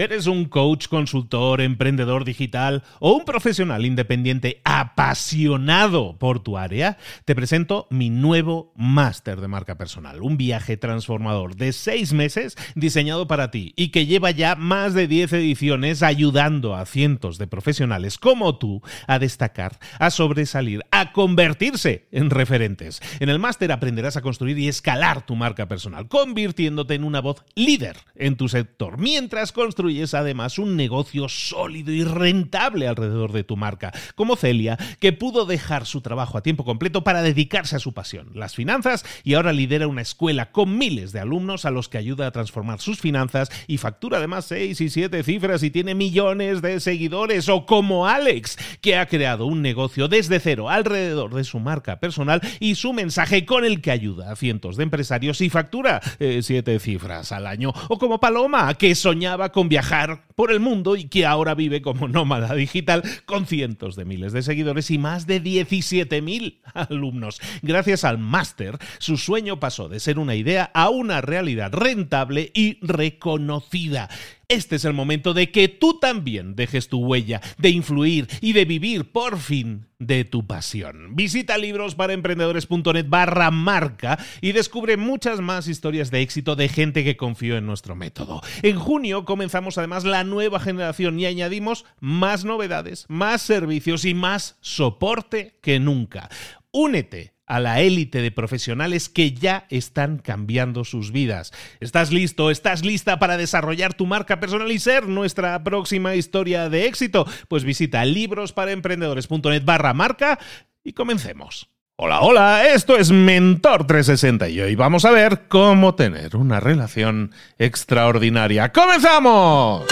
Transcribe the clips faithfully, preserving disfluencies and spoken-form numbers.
¿Eres un coach, consultor, emprendedor digital o un profesional independiente apasionado por tu área? Te presento mi nuevo máster de marca personal, un viaje transformador de seis meses diseñado para ti y que lleva ya más de diez ediciones ayudando a cientos de profesionales como tú a destacar, a sobresalir, a convertirse en referentes. En el máster aprenderás a construir y escalar tu marca personal, convirtiéndote en una voz líder en tu sector, mientras construyes además un negocio sólido y rentable alrededor de tu marca, como Celia, que pudo dejar su trabajo a tiempo completo para dedicarse a su pasión, las finanzas, y ahora lidera una escuela con miles de alumnos a los que ayuda a transformar sus finanzas y factura además seis y siete cifras y tiene millones de seguidores. O como Alex, que ha creado un negocio desde cero alrededor de su marca personal y su mensaje, con el que ayuda a cientos de empresarios y factura eh, siete cifras al año. O como Paloma, que soñaba con viajar por el mundo y que ahora vive como nómada digital con cientos de miles de seguidores y más de diecisiete mil alumnos. Gracias al máster, su sueño pasó de ser una idea a una realidad rentable y reconocida. Este es el momento de que tú también dejes tu huella, de influir y de vivir por fin de tu pasión. Visita librosparaemprendedores.net barra marca y descubre muchas más historias de éxito de gente que confió en nuestro método. En junio comenzamos además la nueva generación y añadimos más novedades, más servicios y más soporte que nunca. Únete a la élite de profesionales que ya están cambiando sus vidas. ¿Estás listo? ¿Estás lista para desarrollar tu marca personal y ser nuestra próxima historia de éxito? Pues visita librosparaemprendedores.net barra marca y comencemos. Hola, hola, esto es Mentor trescientos sesenta y hoy vamos a ver cómo tener una relación extraordinaria. ¡Comenzamos!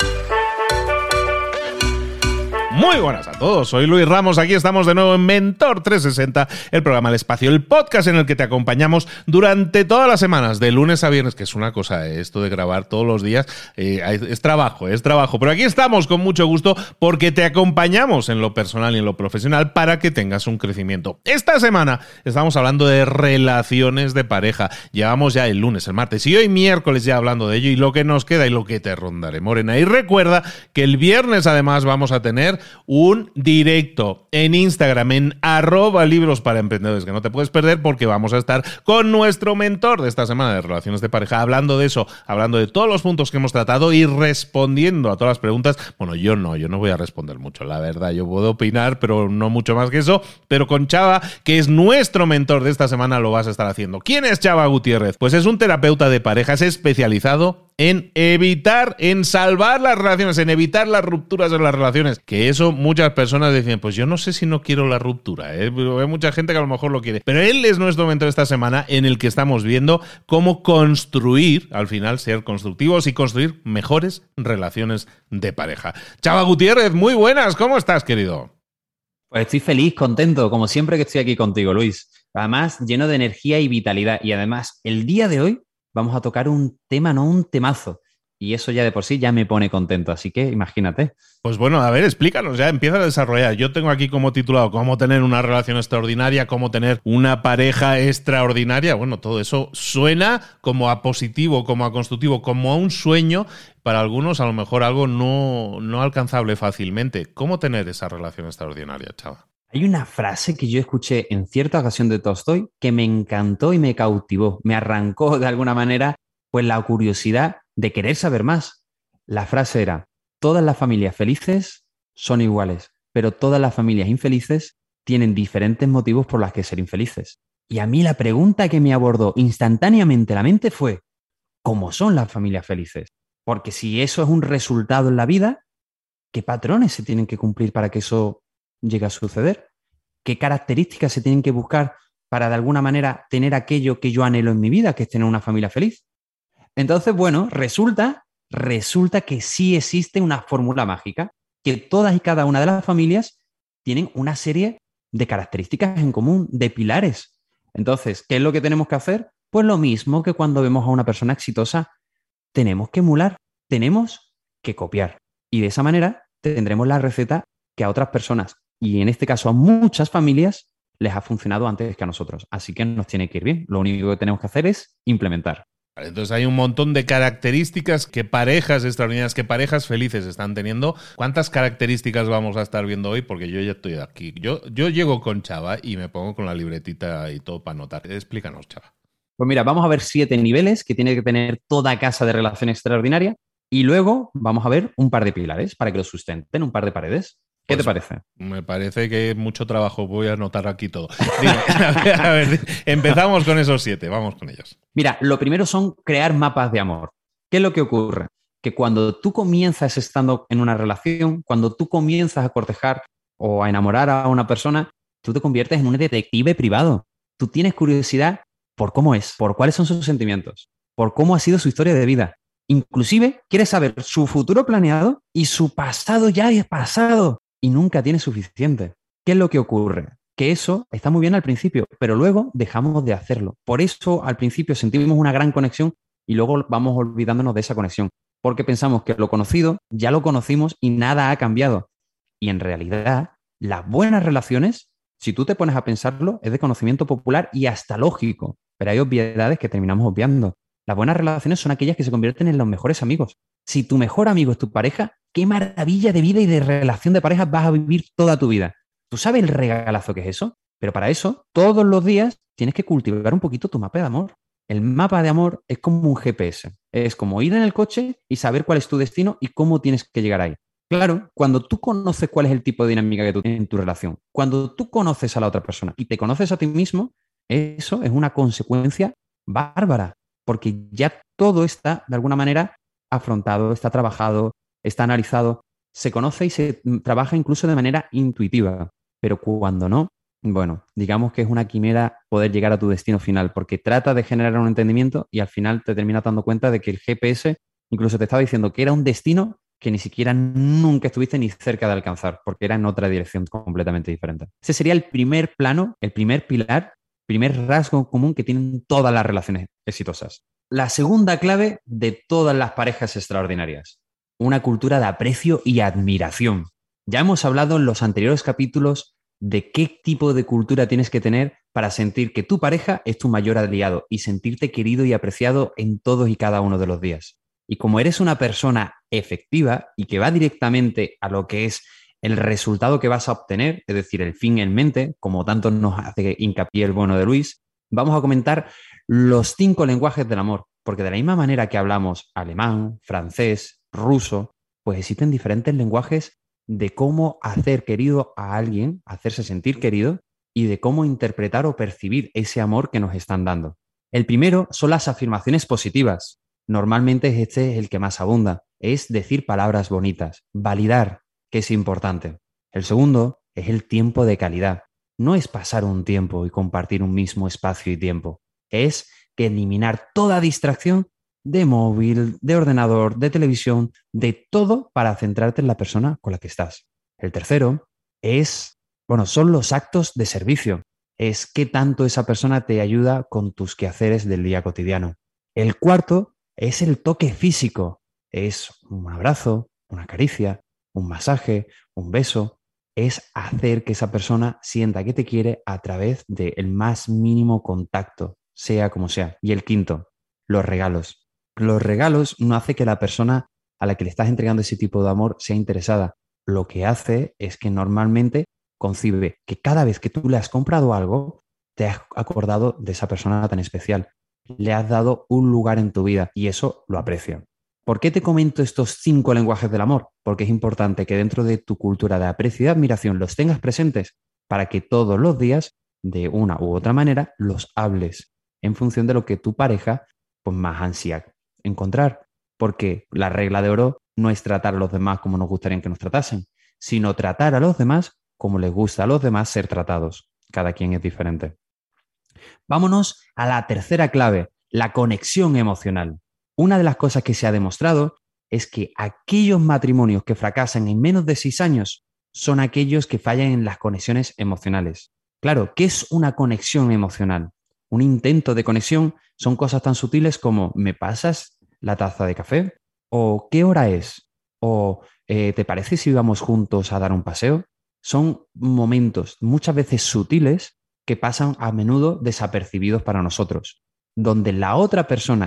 Muy buenas a todos, soy Luis Ramos, aquí estamos de nuevo en Mentor trescientos sesenta, el programa El Espacio, el podcast en el que te acompañamos durante todas las semanas, de lunes a viernes, que es una cosa, eh, esto de grabar todos los días, eh, es trabajo, es trabajo, pero aquí estamos con mucho gusto porque te acompañamos en lo personal y en lo profesional para que tengas un crecimiento. Esta semana estamos hablando de relaciones de pareja, llevamos ya el lunes, el martes y hoy miércoles ya hablando de ello y lo que nos queda y lo que te rondaré, morena. Y recuerda que el viernes además vamos a tener un directo en Instagram en arroba libros para emprendedores que no te puedes perder porque vamos a estar con nuestro mentor de esta semana de relaciones de pareja hablando de eso, hablando de todos los puntos que hemos tratado y respondiendo a todas las preguntas. Bueno, yo no, yo no voy a responder mucho, la verdad, yo puedo opinar, pero no mucho más que eso, pero con Chava, que es nuestro mentor de esta semana, lo vas a estar haciendo. ¿Quién es Chava Gutiérrez? Pues es un terapeuta de parejas especializado en evitar, en salvar las relaciones, en evitar las rupturas en las relaciones. Que eso muchas personas dicen, pues yo no sé si no quiero la ruptura, ¿eh? Hay mucha gente que a lo mejor lo quiere. Pero él es nuestro mentor esta semana en el que estamos viendo cómo construir, al final ser constructivos y construir mejores relaciones de pareja. Chava Gutiérrez, muy buenas, ¿cómo estás, querido? Pues estoy feliz, contento, como siempre que estoy aquí contigo, Luis. Además, lleno de energía y vitalidad. Y además, el día de hoy vamos a tocar un tema, no un temazo. Y eso ya de por sí ya me pone contento, así que imagínate. Pues bueno, a ver, explícanos, ya empieza a desarrollar. Yo tengo aquí como titulado cómo tener una relación extraordinaria, cómo tener una pareja extraordinaria. Bueno, todo eso suena como a positivo, como a constructivo, como a un sueño. Para algunos a lo mejor algo no, no alcanzable fácilmente. ¿Cómo tener esa relación extraordinaria, Chava? Hay una frase que yo escuché en cierta ocasión de Tolstói que me encantó y me cautivó. Me arrancó de alguna manera pues la curiosidad de querer saber más. La frase era: todas las familias felices son iguales, pero todas las familias infelices tienen diferentes motivos por los que ser infelices. Y a mí la pregunta que me abordó instantáneamente la mente fue: ¿cómo son las familias felices? Porque si eso es un resultado en la vida, ¿qué patrones se tienen que cumplir para que eso llegue a suceder? ¿Qué características se tienen que buscar para de alguna manera tener aquello que yo anhelo en mi vida, que es tener una familia feliz? Entonces, bueno, resulta, resulta que sí existe una fórmula mágica, que todas y cada una de las familias tienen una serie de características en común, de pilares. Entonces, ¿qué es lo que tenemos que hacer? Pues lo mismo que cuando vemos a una persona exitosa, tenemos que emular, tenemos que copiar. Y de esa manera tendremos la receta que a otras personas, y en este caso a muchas familias, les ha funcionado antes que a nosotros. Así que nos tiene que ir bien. Lo único que tenemos que hacer es implementar. Vale, entonces hay un montón de características que parejas extraordinarias, que parejas felices están teniendo. ¿Cuántas características vamos a estar viendo hoy? Porque yo ya estoy aquí. Yo, yo llego con Chava y me pongo con la libretita y todo para anotar. Explícanos, Chava. Pues mira, vamos a ver siete niveles que tiene que tener toda casa de relación extraordinaria y luego vamos a ver un par de pilares para que lo sustenten, un par de paredes. ¿Qué Pues te parece? Me parece que mucho trabajo. Voy a anotar aquí todo. Dime, a ver, a ver, empezamos con esos siete. Vamos con ellos. Mira, lo primero son crear mapas de amor. ¿Qué es lo que ocurre? Que cuando tú comienzas estando en una relación, cuando tú comienzas a cortejar o a enamorar a una persona, tú te conviertes en un detective privado. Tú tienes curiosidad por cómo es, por cuáles son sus sentimientos, por cómo ha sido su historia de vida. Inclusive quieres saber su futuro planeado y su pasado ya es pasado y nunca tienes suficiente. ¿Qué es lo que ocurre? Que eso está muy bien al principio, pero luego dejamos de hacerlo. Por eso al principio sentimos una gran conexión y luego vamos olvidándonos de esa conexión, porque pensamos que lo conocido ya lo conocimos y nada ha cambiado. Y en realidad, las buenas relaciones, si tú te pones a pensarlo, es de conocimiento popular y hasta lógico, pero hay obviedades que terminamos obviando. Las buenas relaciones son aquellas que se convierten en los mejores amigos. Si tu mejor amigo es tu pareja, qué maravilla de vida y de relación de pareja vas a vivir toda tu vida. ¿Tú sabes el regalazo que es eso? Pero para eso, todos los días tienes que cultivar un poquito tu mapa de amor. El mapa de amor es como un G P S. Es como ir en el coche y saber cuál es tu destino y cómo tienes que llegar ahí. Claro, cuando tú conoces cuál es el tipo de dinámica que tú tienes en tu relación, cuando tú conoces a la otra persona y te conoces a ti mismo, eso es una consecuencia bárbara, porque ya todo está, de alguna manera, afrontado, está trabajado, está analizado, se conoce y se trabaja incluso de manera intuitiva. Pero cuando no, bueno, digamos que es una quimera poder llegar a tu destino final, porque trata de generar un entendimiento y al final te terminas dando cuenta de que el G P S incluso te estaba diciendo que era un destino que ni siquiera nunca estuviste ni cerca de alcanzar, porque era en otra dirección completamente diferente. Ese sería el primer plano, el primer pilar, primer rasgo común que tienen todas las relaciones exitosas. La segunda clave de todas las parejas extraordinarias, una cultura de aprecio y admiración. Ya hemos hablado en los anteriores capítulos de qué tipo de cultura tienes que tener para sentir que tu pareja es tu mayor aliado y sentirte querido y apreciado en todos y cada uno de los días. Y como eres una persona efectiva y que va directamente a lo que es el resultado que vas a obtener, es decir, el fin en mente, como tanto nos hace hincapié el bueno de Luis, vamos a comentar los cinco lenguajes del amor, porque de la misma manera que hablamos alemán, francés, ruso, pues existen diferentes lenguajes de cómo hacer querido a alguien, hacerse sentir querido, y de cómo interpretar o percibir ese amor que nos están dando. El primero son las afirmaciones positivas. Normalmente este es el que más abunda, es decir palabras bonitas, validar que es importante. El segundo es el tiempo de calidad. No es pasar un tiempo y compartir un mismo espacio y tiempo, es que eliminar toda distracción de móvil, de ordenador, de televisión, de todo para centrarte en la persona con la que estás. El tercero es, bueno, son los actos de servicio. Es qué tanto esa persona te ayuda con tus quehaceres del día cotidiano. El cuarto es el toque físico. Es un abrazo, una caricia, un masaje, un beso. Es hacer que esa persona sienta que te quiere a través del más mínimo contacto, sea como sea. Y el quinto, los regalos. Los regalos no hace que la persona a la que le estás entregando ese tipo de amor sea interesada. Lo que hace es que normalmente concibe que cada vez que tú le has comprado algo, te has acordado de esa persona tan especial. Le has dado un lugar en tu vida y eso lo aprecia. ¿Por qué te comento estos cinco lenguajes del amor? Porque es importante que dentro de tu cultura de aprecio y admiración los tengas presentes para que todos los días, de una u otra manera, los hables en función de lo que tu pareja pues, más ansía encontrar. Porque la regla de oro no es tratar a los demás como nos gustaría que nos tratasen, sino tratar a los demás como les gusta a los demás ser tratados. Cada quien es diferente. Vámonos a la tercera clave, la conexión emocional. Una de las cosas que se ha demostrado es que aquellos matrimonios que fracasan en menos de seis años son aquellos que fallan en las conexiones emocionales. Claro, ¿qué es una conexión emocional? Un intento de conexión son cosas tan sutiles como ¿me pasas la taza de café? ¿O qué hora es? ¿O eh, ¿te parece si vamos juntos a dar un paseo? Son momentos muchas veces sutiles que pasan a menudo desapercibidos para nosotros, donde la otra persona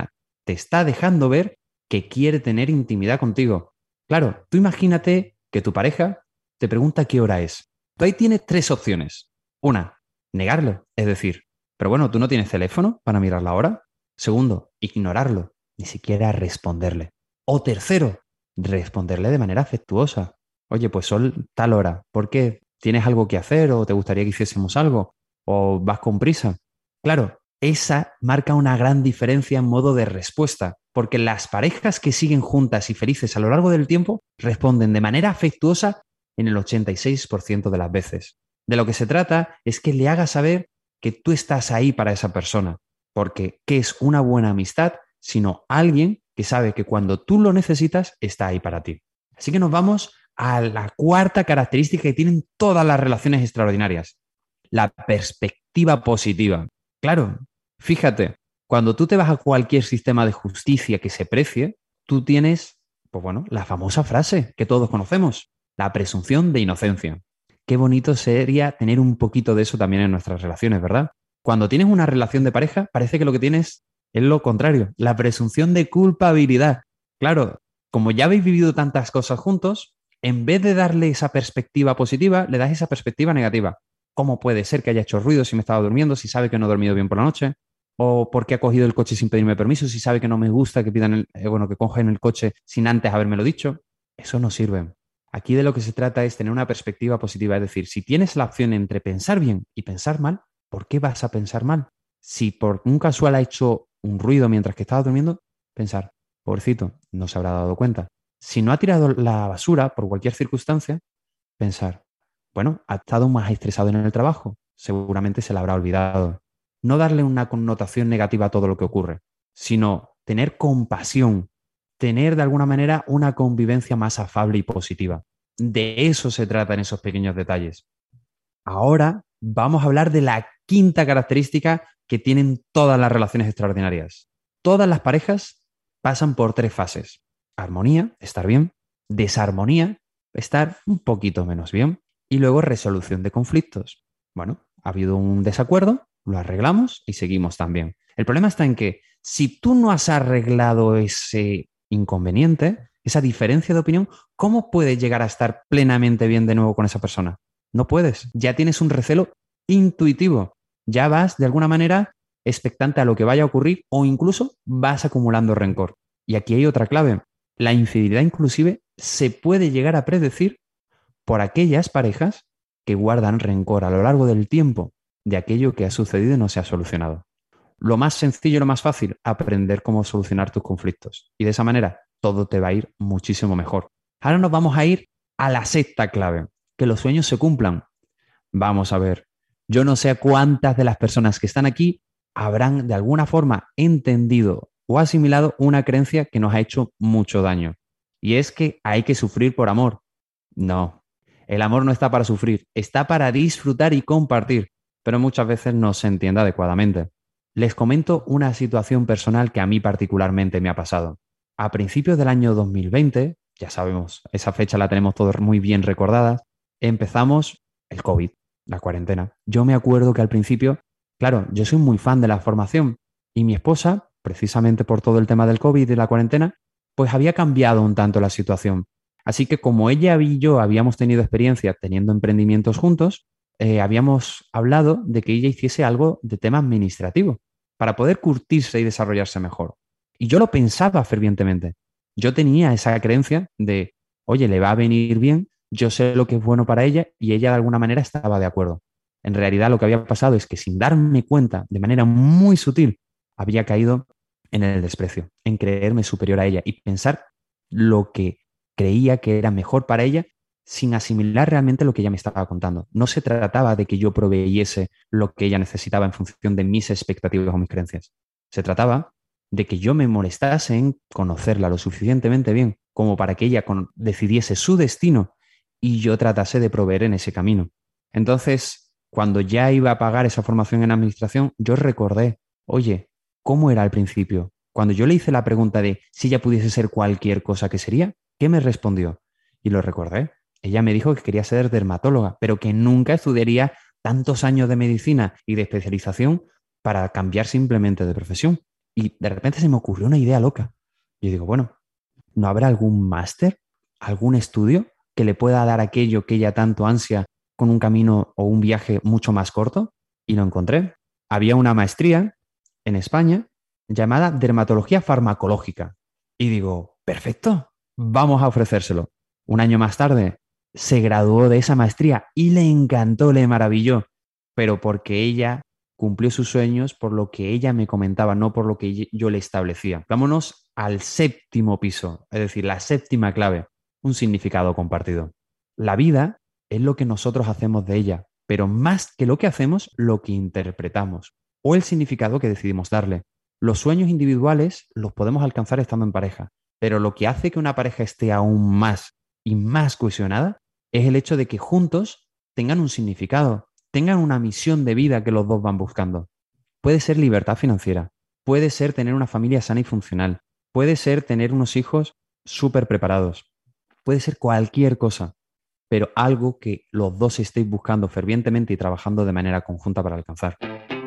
te está dejando ver que quiere tener intimidad contigo. Claro, tú imagínate que tu pareja te pregunta qué hora es. Tú ahí tienes tres opciones. Una, negarlo, es decir, pero bueno, ¿tú no tienes teléfono para mirar la hora? Segundo, ignorarlo, ni siquiera responderle. O tercero, responderle de manera afectuosa. Oye, pues son tal hora, ¿por qué? ¿Tienes algo que hacer o te gustaría que hiciésemos algo? ¿O vas con prisa? Claro, esa marca una gran diferencia en modo de respuesta, porque las parejas que siguen juntas y felices a lo largo del tiempo responden de manera afectuosa en el ochenta y seis por ciento de las veces. De lo que se trata es que le hagas saber que tú estás ahí para esa persona, porque ¿qué es una buena amistad? Sino alguien que sabe que cuando tú lo necesitas está ahí para ti. Así que nos vamos a la cuarta característica que tienen todas las relaciones extraordinarias, la perspectiva positiva. Claro, fíjate, cuando tú te vas a cualquier sistema de justicia que se precie, tú tienes, pues bueno, la famosa frase que todos conocemos, la presunción de inocencia. Qué bonito sería tener un poquito de eso también en nuestras relaciones, ¿verdad? Cuando tienes una relación de pareja, parece que lo que tienes es lo contrario, la presunción de culpabilidad. Claro, como ya habéis vivido tantas cosas juntos, en vez de darle esa perspectiva positiva, le das esa perspectiva negativa. ¿Cómo puede ser que haya hecho ruido si me estaba durmiendo, si sabe que no he dormido bien por la noche? ¿O por qué ha cogido el coche sin pedirme permiso, si sabe que no me gusta que pidan el, eh, bueno, que cogen el coche sin antes habérmelo dicho? Eso no sirve. Aquí de lo que se trata es tener una perspectiva positiva, es decir, si tienes la opción entre pensar bien y pensar mal, ¿por qué vas a pensar mal? Si por un casual ha hecho un ruido mientras que estaba durmiendo, pensar, pobrecito, no se habrá dado cuenta. Si no ha tirado la basura por cualquier circunstancia, pensar, bueno, ha estado más estresado en el trabajo, seguramente se le habrá olvidado. No darle una connotación negativa a todo lo que ocurre, sino tener compasión, tener de alguna manera una convivencia más afable y positiva. De eso se trata en esos pequeños detalles. Ahora vamos a hablar de la quinta característica que tienen todas las relaciones extraordinarias. Todas las parejas pasan por tres fases. Armonía, estar bien. Desarmonía, estar un poquito menos bien. Y luego resolución de conflictos. Bueno, ha habido un desacuerdo, lo arreglamos y seguimos también. El problema está en que si tú no has arreglado ese inconveniente, esa diferencia de opinión, ¿cómo puedes llegar a estar plenamente bien de nuevo con esa persona? No puedes. Ya tienes un recelo intuitivo. Ya vas, de alguna manera, expectante a lo que vaya a ocurrir o incluso vas acumulando rencor. Y aquí hay otra clave. La infidelidad inclusive se puede llegar a predecir por aquellas parejas que guardan rencor a lo largo del tiempo de aquello que ha sucedido y no se ha solucionado. Lo más sencillo y lo más fácil, aprender cómo solucionar tus conflictos. Y de esa manera todo te va a ir muchísimo mejor. Ahora nos vamos a ir a la sexta clave, que los sueños se cumplan. Vamos a ver, yo no sé cuántas de las personas que están aquí habrán de alguna forma entendido o asimilado una creencia que nos ha hecho mucho daño. Y es que hay que sufrir por amor. No, el amor no está para sufrir, está para disfrutar y compartir, pero muchas veces no se entiende adecuadamente. Les comento una situación personal que a mí particularmente me ha pasado. A principios del año dos mil veinte, ya sabemos, esa fecha la tenemos todos muy bien recordada, empezamos el COVID, la cuarentena. Yo me acuerdo que al principio, claro, yo soy muy fan de la formación y mi esposa, precisamente por todo el tema del COVID y la cuarentena, pues había cambiado un tanto la situación. Así que como ella y yo habíamos tenido experiencia teniendo emprendimientos juntos, eh, habíamos hablado de que ella hiciese algo de tema administrativo para poder curtirse y desarrollarse mejor. Y yo lo pensaba fervientemente. Yo tenía esa creencia de, oye, le va a venir bien, yo sé lo que es bueno para ella y ella de alguna manera estaba de acuerdo. En realidad lo que había pasado es que sin darme cuenta, de manera muy sutil, había caído en el desprecio, en creerme superior a ella y pensar lo que creía que era mejor para ella sin asimilar realmente lo que ella me estaba contando. No se trataba de que yo proveyese lo que ella necesitaba en función de mis expectativas o mis creencias. Se trataba de que yo me molestase en conocerla lo suficientemente bien como para que ella con- decidiese su destino y yo tratase de proveer en ese camino. Entonces, cuando ya iba a pagar esa formación en administración, yo recordé, oye, ¿cómo era al principio? Cuando yo le hice la pregunta de si ella pudiese ser cualquier cosa que sería, ¿qué me respondió? Y lo recordé. Ella me dijo que quería ser dermatóloga, pero que nunca estudiaría tantos años de medicina y de especialización para cambiar simplemente de profesión. Y de repente se me ocurrió una idea loca. Y yo digo, bueno, ¿no habrá algún máster, algún estudio que le pueda dar aquello que ella tanto ansia con un camino o un viaje mucho más corto? Y lo encontré. Había una maestría en España llamada dermatología farmacológica. Y digo, perfecto, vamos a ofrecérselo. Un año más tarde se graduó de esa maestría y le encantó, le maravilló, pero porque ella cumplió sus sueños por lo que ella me comentaba, no por lo que yo le establecía. Vámonos al séptimo piso, es decir, la séptima clave, un significado compartido. La vida es lo que nosotros hacemos de ella, pero más que lo que hacemos, lo que interpretamos o el significado que decidimos darle. Los sueños individuales los podemos alcanzar estando en pareja, pero lo que hace que una pareja esté aún más y más cohesionada es el hecho de que juntos tengan un significado, tengan una misión de vida que los dos van buscando. Puede ser libertad financiera, puede ser tener una familia sana y funcional, puede ser tener unos hijos súper preparados, puede ser cualquier cosa, pero algo que los dos estéis buscando fervientemente y trabajando de manera conjunta para alcanzar.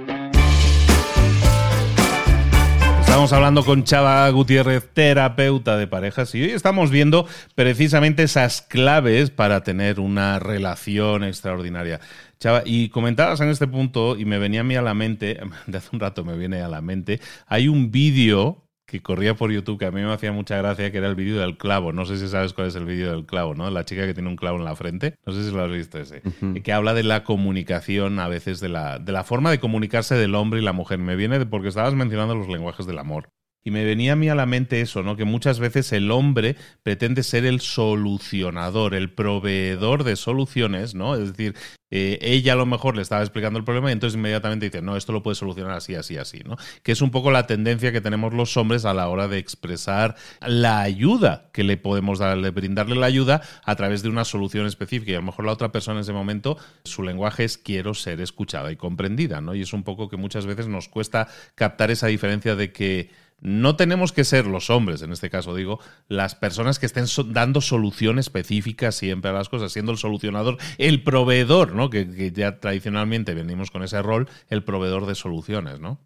Estamos hablando con Chava Gutiérrez, terapeuta de parejas, y hoy estamos viendo precisamente esas claves para tener una relación extraordinaria. Chava, y comentabas en este punto, y me venía a mí a la mente, de hace un rato me viene a la mente, hay un vídeo que corría por YouTube que a mí me hacía mucha gracia, que era el vídeo del clavo. No sé si sabes cuál es el vídeo del clavo, ¿no? La chica que tiene un clavo en la frente. No sé si lo has visto ese. Uh-huh. Que habla de la comunicación, a veces de la, de la forma de comunicarse del hombre y la mujer. Me viene de porque estabas mencionando los lenguajes del amor. Y me venía a mí a la mente eso, ¿no? Que muchas veces el hombre pretende ser el solucionador, el proveedor de soluciones, ¿no? Es decir, eh, ella a lo mejor le estaba explicando el problema y entonces inmediatamente dice, no, esto lo puedes solucionar así, así, así, ¿no? Que es un poco la tendencia que tenemos los hombres a la hora de expresar la ayuda que le podemos dar, de brindarle la ayuda a través de una solución específica. Y a lo mejor la otra persona en ese momento, su lenguaje es quiero ser escuchada y comprendida, ¿no? Y es un poco que muchas veces nos cuesta captar esa diferencia de que no tenemos que ser los hombres, en este caso digo, las personas que estén so- dando solución específica siempre a las cosas, siendo el solucionador, el proveedor, ¿no? Que, que ya tradicionalmente venimos con ese rol, el proveedor de soluciones, ¿no?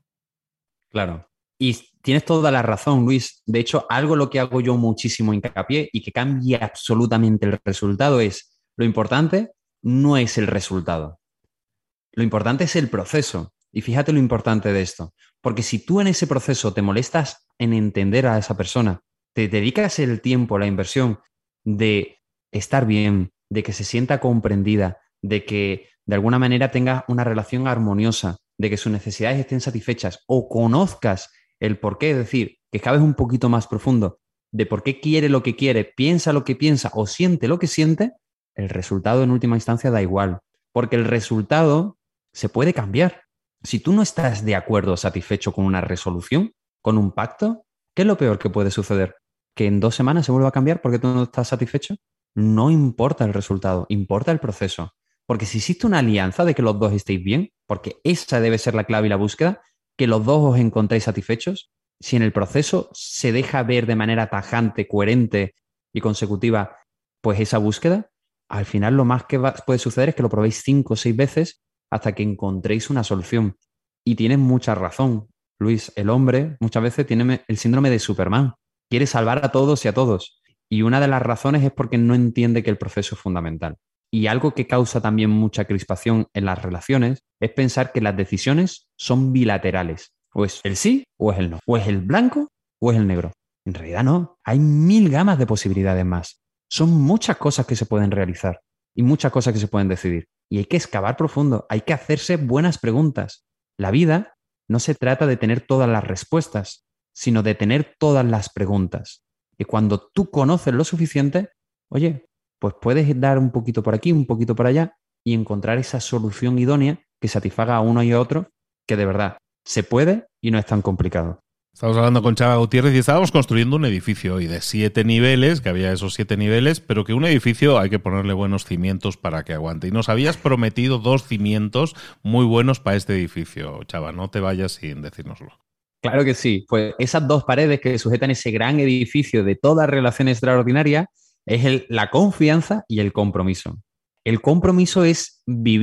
Claro. Y tienes toda la razón, Luis. De hecho, algo lo que hago yo muchísimo hincapié y que cambia absolutamente el resultado es, lo importante no es el resultado. Lo importante es el proceso. Y fíjate lo importante de esto. Porque si tú en ese proceso te molestas en entender a esa persona, te dedicas el tiempo, la inversión de estar bien, de que se sienta comprendida, de que de alguna manera tengas una relación armoniosa, de que sus necesidades estén satisfechas o conozcas el por qué, es decir, que cabes un poquito más profundo de por qué quiere lo que quiere, piensa lo que piensa o siente lo que siente, el resultado en última instancia da igual. Porque el resultado se puede cambiar. Si tú no estás de acuerdo o satisfecho con una resolución, con un pacto, ¿qué es lo peor que puede suceder? ¿Que en dos semanas se vuelva a cambiar porque tú no estás satisfecho? No importa el resultado, importa el proceso. Porque si existe una alianza de que los dos estéis bien, porque esa debe ser la clave y la búsqueda, que los dos os encontréis satisfechos, si en el proceso se deja ver de manera tajante, coherente y consecutiva, pues esa búsqueda, al final lo más que va, puede suceder es que lo probéis cinco o seis veces hasta que encontréis una solución. Y tienes mucha razón, Luis. El hombre muchas veces tiene el síndrome de Superman. Quiere salvar a todos y a todos. Y una de las razones es porque no entiende que el proceso es fundamental. Y algo que causa también mucha crispación en las relaciones es pensar que las decisiones son bilaterales. O es el sí o es el no. O es el blanco o es el negro. En realidad no. Hay mil gamas de posibilidades más. Son muchas cosas que se pueden realizar y muchas cosas que se pueden decidir. Y hay que excavar profundo, hay que hacerse buenas preguntas. La vida no se trata de tener todas las respuestas, sino de tener todas las preguntas. Y cuando tú conoces lo suficiente, oye, pues puedes dar un poquito por aquí, un poquito por allá y encontrar esa solución idónea que satisfaga a uno y a otro, que de verdad se puede y no es tan complicado. Estamos hablando con Chava Gutiérrez y estábamos construyendo un edificio hoy de siete niveles, que había esos siete niveles, pero que un edificio hay que ponerle buenos cimientos para que aguante. Y nos habías prometido dos cimientos muy buenos para este edificio, Chava, no te vayas sin decírnoslo. Claro que sí, pues esas dos paredes que sujetan ese gran edificio de toda relación extraordinaria es el, la confianza y el compromiso. El compromiso es vivir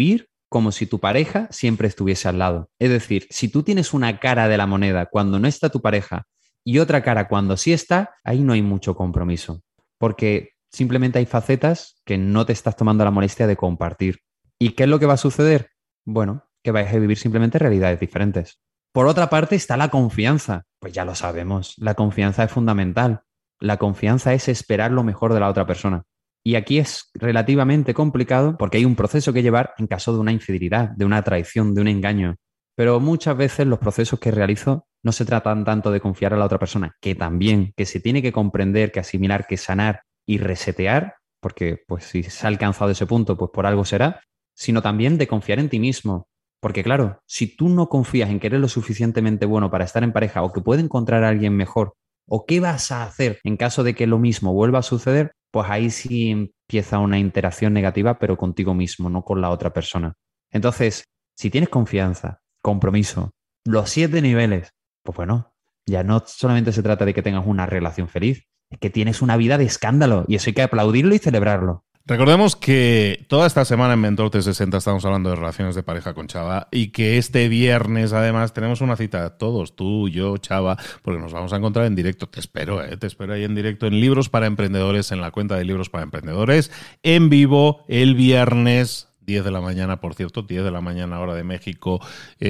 como si tu pareja siempre estuviese al lado. Es decir, si tú tienes una cara de la moneda cuando no está tu pareja y otra cara cuando sí está, ahí no hay mucho compromiso, porque simplemente hay facetas que no te estás tomando la molestia de compartir. ¿Y qué es lo que va a suceder? Bueno, que vais a vivir simplemente realidades diferentes. Por otra parte está la confianza. Pues ya lo sabemos, la confianza es fundamental. La confianza es esperar lo mejor de la otra persona. Y aquí es relativamente complicado porque hay un proceso que llevar en caso de una infidelidad, de una traición, de un engaño. Pero muchas veces los procesos que realizo no se tratan tanto de confiar a la otra persona, que también, que se tiene que comprender, que asimilar, que sanar y resetear, porque pues si se ha alcanzado ese punto, pues por algo será, sino también de confiar en ti mismo. Porque claro, si tú no confías en que eres lo suficientemente bueno para estar en pareja o que puede encontrar a alguien mejor, o qué vas a hacer en caso de que lo mismo vuelva a suceder, pues ahí sí empieza una interacción negativa, pero contigo mismo, no con la otra persona. Entonces, si tienes confianza, compromiso, los siete niveles, pues bueno, ya no solamente se trata de que tengas una relación feliz, es que tienes una vida de escándalo y eso hay que aplaudirlo y celebrarlo. Recordemos que toda esta semana en Mentor trescientos sesenta estamos hablando de relaciones de pareja con Chava y que este viernes además tenemos una cita todos, tú, yo, Chava, porque nos vamos a encontrar en directo. Te espero, ¿eh? Te espero ahí en directo en Libros para Emprendedores, en la cuenta de Libros para Emprendedores, en vivo el viernes diez de la mañana, por cierto, diez de la mañana hora de México,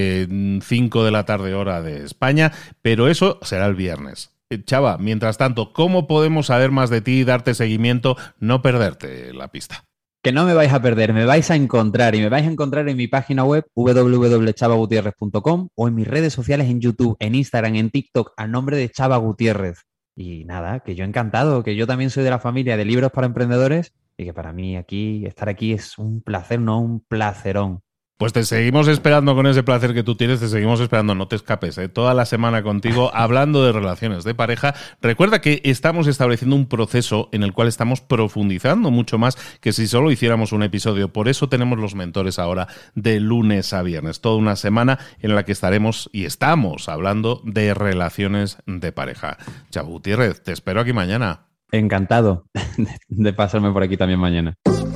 eh, cinco de la tarde hora de España, pero eso será el viernes. Chava, mientras tanto, ¿cómo podemos saber más de ti, darte seguimiento, no perderte la pista? Que no me vais a perder, me vais a encontrar y me vais a encontrar en mi página web doble u doble u doble u punto chava gutiérrez punto com o en mis redes sociales en YouTube, en Instagram, en TikTok, al nombre de Chava Gutiérrez. Y nada, que yo encantado, que yo también soy de la familia de Libros para Emprendedores y que para mí aquí, estar aquí es un placer, no un placerón. Pues te seguimos esperando con ese placer que tú tienes, te seguimos esperando, no te escapes, ¿eh? Toda la semana contigo hablando de relaciones de pareja. Recuerda que estamos estableciendo un proceso en el cual estamos profundizando mucho más que si solo hiciéramos un episodio. Por eso tenemos los mentores ahora de lunes a viernes, toda una semana en la que estaremos y estamos hablando de relaciones de pareja. Chavo Gutiérrez, te espero aquí mañana. Encantado de pasarme por aquí también mañana.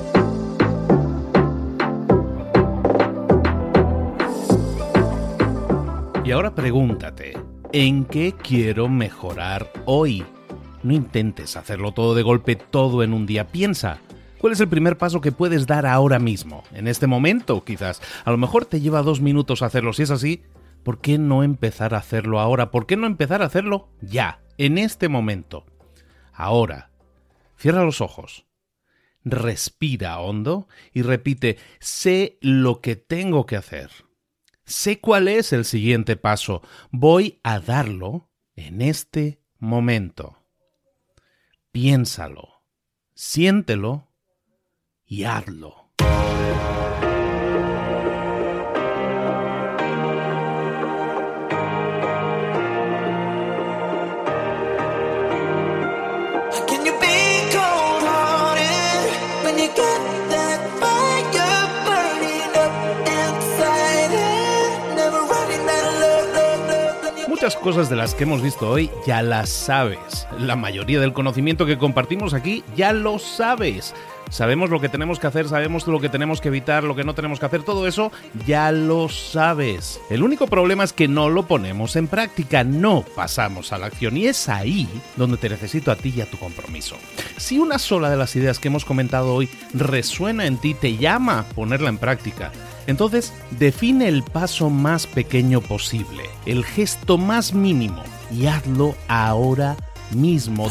Y ahora pregúntate, ¿en qué quiero mejorar hoy? No intentes hacerlo todo de golpe, todo en un día. Piensa, ¿cuál es el primer paso que puedes dar ahora mismo? En este momento, quizás. A lo mejor te lleva dos minutos hacerlo. Si es así, ¿por qué no empezar a hacerlo ahora? ¿Por qué no empezar a hacerlo ya, en este momento? Ahora, cierra los ojos, respira hondo y repite, sé lo que tengo que hacer. Sé cuál es el siguiente paso. Voy a darlo en este momento. Piénsalo, siéntelo y hazlo. Muchas cosas de las que hemos visto hoy ya las sabes. La mayoría del conocimiento que compartimos aquí ya lo sabes. Sabemos lo que tenemos que hacer, sabemos lo que tenemos que evitar, lo que no tenemos que hacer, todo eso ya lo sabes. El único problema es que no lo ponemos en práctica, no pasamos a la acción y es ahí donde te necesito a ti y a tu compromiso. Si una sola de las ideas que hemos comentado hoy resuena en ti, te llama a ponerla en práctica, entonces define el paso más pequeño posible, el gesto más mínimo y hazlo ahora mismo.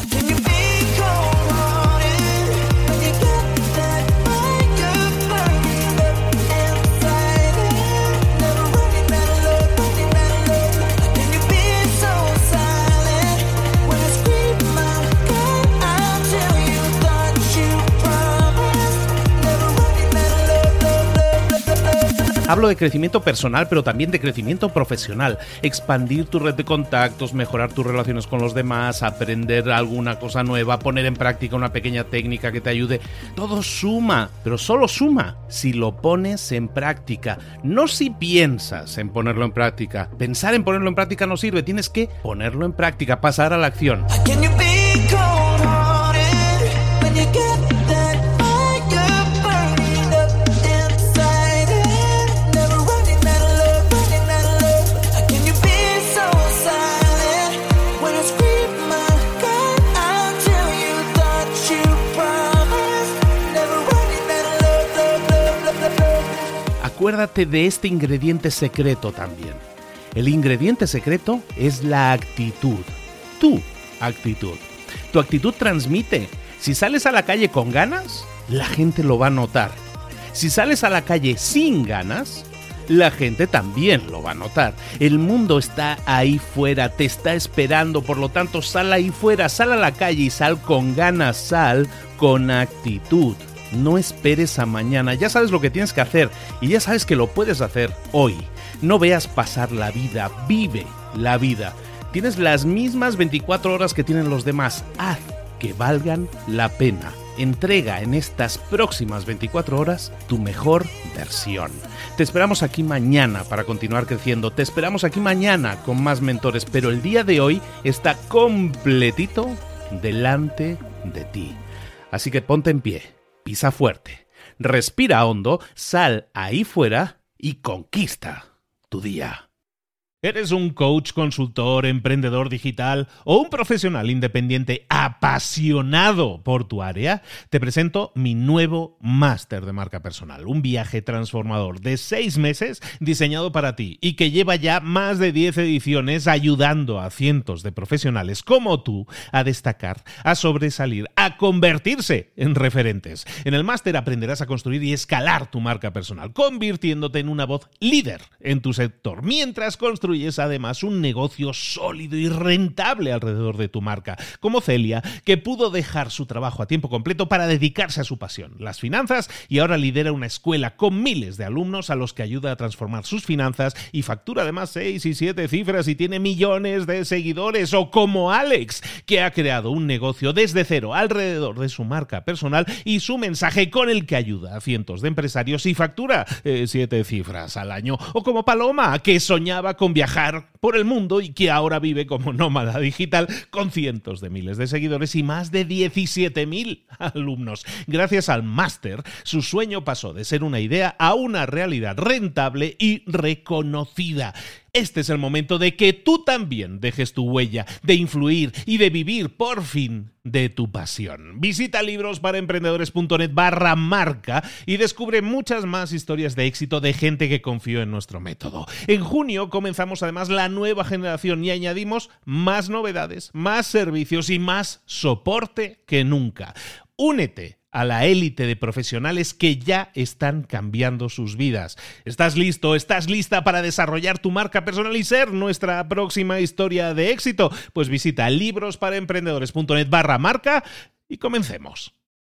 Hablo de crecimiento personal, pero también de crecimiento profesional. Expandir tu red de contactos, mejorar tus relaciones con los demás, aprender alguna cosa nueva, poner en práctica una pequeña técnica que te ayude. Todo suma, pero solo suma si lo pones en práctica. No si piensas en ponerlo en práctica. Pensar en ponerlo en práctica no sirve. Tienes que ponerlo en práctica, pasar a la acción. acuérdate de este ingrediente secreto también. El ingrediente secreto es la actitud. Tu actitud. Tu actitud transmite. Si sales a la calle con ganas, la gente lo va a notar. Si sales a la calle sin ganas, la gente también lo va a notar. El mundo está ahí fuera, te está esperando, por lo tanto sal ahí fuera, sal a la calle y sal con ganas, sal con actitud. No esperes a mañana, ya sabes lo que tienes que hacer y ya sabes que lo puedes hacer hoy. No veas pasar la vida, vive la vida. Tienes las mismas veinticuatro horas que tienen los demás, haz que valgan la pena. Entrega en estas próximas veinticuatro horas tu mejor versión. Te esperamos aquí mañana para continuar creciendo. Te esperamos aquí mañana con más mentores, pero el día de hoy está completito delante de ti. Así que ponte en pie, pisa fuerte, respira hondo, sal ahí fuera y conquista tu día. ¿Eres un coach, consultor, emprendedor digital o un profesional independiente apasionado por tu área? Te presento mi nuevo máster de marca personal, un viaje transformador de seis meses diseñado para ti y que lleva ya más de diez ediciones ayudando a cientos de profesionales como tú a destacar, a sobresalir, a convertirse en referentes. En el máster aprenderás a construir y escalar tu marca personal, convirtiéndote en una voz líder en tu sector, mientras construyes además un negocio sólido y rentable alrededor de tu marca, como Celia, que pudo dejar su trabajo a tiempo completo para dedicarse a su pasión, las finanzas, y ahora lidera una escuela con miles de alumnos a los que ayuda a transformar sus finanzas y factura además seis y siete cifras y tiene millones de seguidores, o como Alex, que ha creado un negocio desde cero alrededor de su marca personal y su mensaje con el que ayuda a cientos de empresarios y factura eh, siete cifras al año, o como Paloma, que soñaba con viajar por el mundo y que ahora vive como nómada digital con cientos de miles de seguidores y más de diecisiete mil alumnos. Gracias al máster, su sueño pasó de ser una idea a una realidad rentable y reconocida. Este es el momento de que tú también dejes tu huella, de influir y de vivir por fin de tu pasión. Visita librosparaemprendedores.net barra marca y descubre muchas más historias de éxito de gente que confió en nuestro método. En junio comenzamos además la nueva generación y añadimos más novedades, más servicios y más soporte que nunca. Únete a la élite de profesionales que ya están cambiando sus vidas. ¿Estás listo? ¿Estás lista para desarrollar tu marca personal y ser nuestra próxima historia de éxito? Pues visita librosparaemprendedores.net barra marca y comencemos.